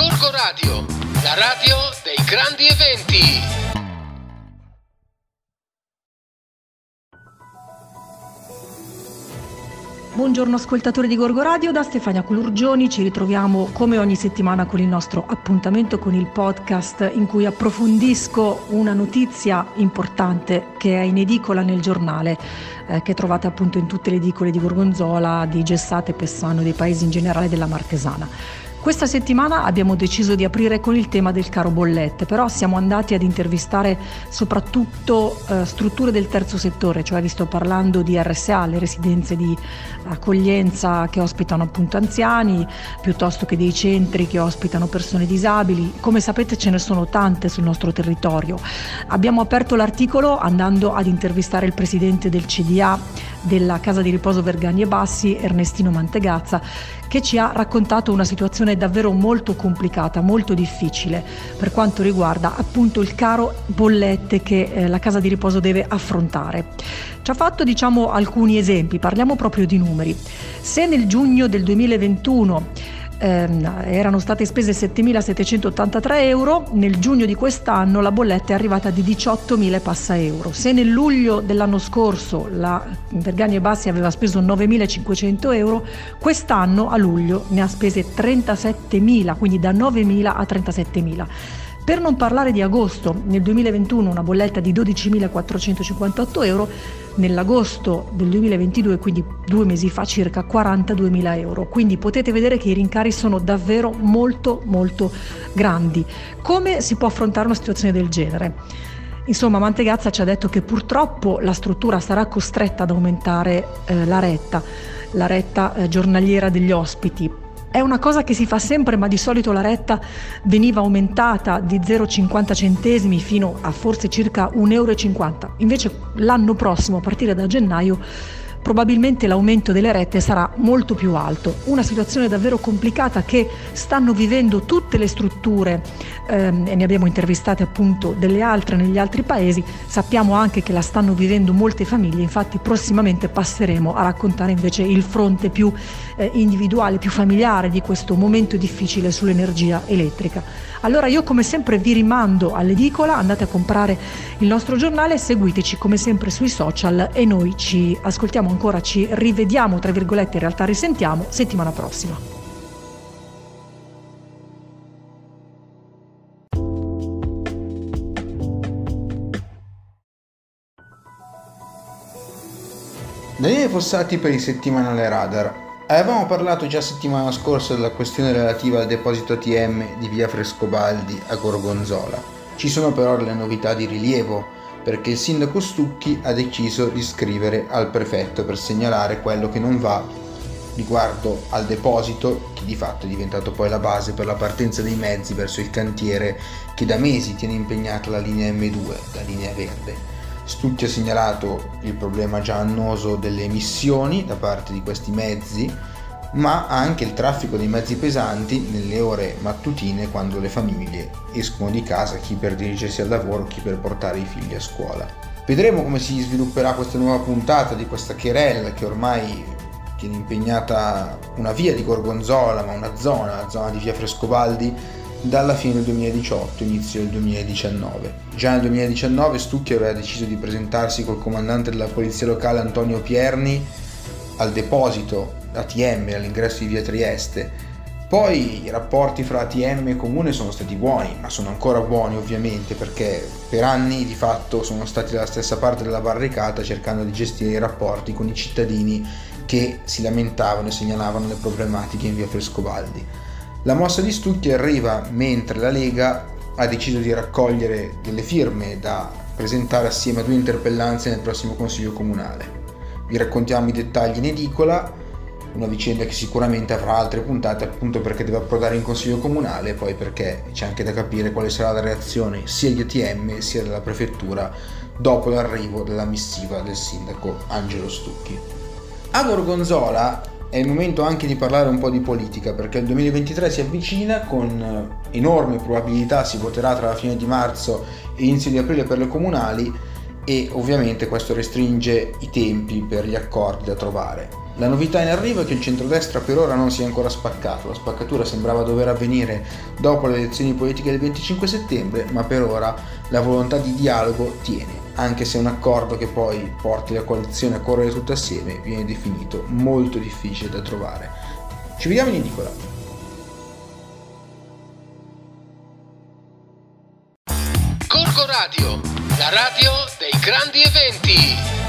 Gorgo Radio, la radio dei grandi eventi. Buongiorno ascoltatori di Gorgo Radio, da Stefania Colurgioni ci ritroviamo come ogni settimana con il nostro appuntamento con il podcast in cui approfondisco una notizia importante che è in edicola nel giornale, che trovate appunto in tutte le edicole di Gorgonzola, di Gessate, Pessano e dei paesi in generale della Martesana. Questa settimana abbiamo deciso di aprire con il tema del caro bollette, però siamo andati ad intervistare soprattutto strutture del terzo settore, cioè vi sto parlando di RSA, le residenze di accoglienza che ospitano appunto anziani, piuttosto che dei centri che ospitano persone disabili. Come sapete ce ne sono tante sul nostro territorio. Abbiamo aperto l'articolo andando ad intervistare il presidente del CDA della Casa di Riposo Vergani e Bassi, Ernestino Mantegazza, che ci ha raccontato una situazione davvero molto complicata, molto difficile per quanto riguarda appunto il caro bollette che la Casa di Riposo deve affrontare. Ci ha fatto alcuni esempi, parliamo proprio di numeri. Se nel giugno del 2021 erano state spese 7.783 euro, nel giugno di quest'anno la bolletta è arrivata di 18.000 e passa euro. Se nel luglio dell'anno scorso la Vergani e Bassi aveva speso 9.500 euro, quest'anno a luglio ne ha spese 37.000, quindi da 9.000 a 37.000. Per non parlare di agosto, nel 2021 una bolletta di 12.458 euro, nell'agosto del 2022, quindi 2 mesi fa, circa 42.000 euro. Quindi potete vedere che i rincari sono davvero molto molto grandi. Come si può affrontare una situazione del genere? Insomma, Mantegazza ci ha detto che purtroppo la struttura sarà costretta ad aumentare la retta giornaliera degli ospiti. È una cosa che si fa sempre, ma di solito la retta veniva aumentata di 0,50 centesimi fino a forse circa 1,50 euro. Invece l'anno prossimo, a partire da gennaio, probabilmente l'aumento delle rette sarà molto più alto. Una situazione davvero complicata che stanno vivendo tutte le strutture e ne abbiamo intervistate appunto delle altre negli altri paesi. Sappiamo anche che la stanno vivendo molte famiglie, infatti prossimamente passeremo a raccontare invece il fronte più individuale, più familiare di questo momento difficile sull'energia elettrica. Allora io come sempre vi rimando all'edicola, andate a comprare il nostro giornale, seguiteci come sempre sui social e noi ci ascoltiamo ancora, ci rivediamo, tra virgolette, in realtà risentiamo settimana prossima. Daniele Fossati per il settimanale Radar. Avevamo parlato già settimana scorsa della questione relativa al deposito ATM di via Frescobaldi a Gorgonzola. Ci sono però delle novità di rilievo, perché il sindaco Stucchi ha deciso di scrivere al prefetto per segnalare quello che non va riguardo al deposito, che di fatto è diventato poi la base per la partenza dei mezzi verso il cantiere che da mesi tiene impegnata la linea M2, la linea verde. Stucchi ha segnalato il problema già annoso delle emissioni da parte di questi mezzi, ma anche il traffico dei mezzi pesanti nelle ore mattutine, quando le famiglie escono di casa, chi per dirigersi al lavoro, chi per portare i figli a scuola. Vedremo come si svilupperà questa nuova puntata di questa querela che ormai tiene impegnata una via di Gorgonzola, ma una zona, la zona di via Frescobaldi, dalla fine del 2018, inizio del 2019. Già nel 2019 Stucchi aveva deciso di presentarsi col comandante della polizia locale Antonio Pierni al deposito ATM all'ingresso di via Trieste. Poi i rapporti fra ATM e comune sono stati buoni, ma sono ancora buoni ovviamente, perché per anni di fatto sono stati dalla stessa parte della barricata cercando di gestire i rapporti con i cittadini che si lamentavano e segnalavano le problematiche in via Frescobaldi. La mossa di Stucchi arriva mentre la Lega ha deciso di raccogliere delle firme da presentare assieme a 2 interpellanze nel prossimo Consiglio Comunale. Vi raccontiamo i dettagli in edicola, una vicenda che sicuramente avrà altre puntate, appunto perché deve approdare in Consiglio Comunale e poi perché c'è anche da capire quale sarà la reazione sia di ATM sia della Prefettura dopo l'arrivo della missiva del sindaco Angelo Stucchi. A Gorgonzola è il momento anche di parlare un po' di politica, perché il 2023 si avvicina, con enorme probabilità si voterà tra la fine di marzo e inizio di aprile per le comunali e ovviamente questo restringe i tempi per gli accordi da trovare. La novità in arrivo è che il centrodestra per ora non si è ancora spaccato, la spaccatura sembrava dover avvenire dopo le elezioni politiche del 25 settembre, ma per ora la volontà di dialogo tiene, anche se un accordo che poi porti la coalizione a correre tutta assieme viene definito molto difficile da trovare. Ci vediamo in edicola. Gorgo Radio, la radio dei grandi eventi.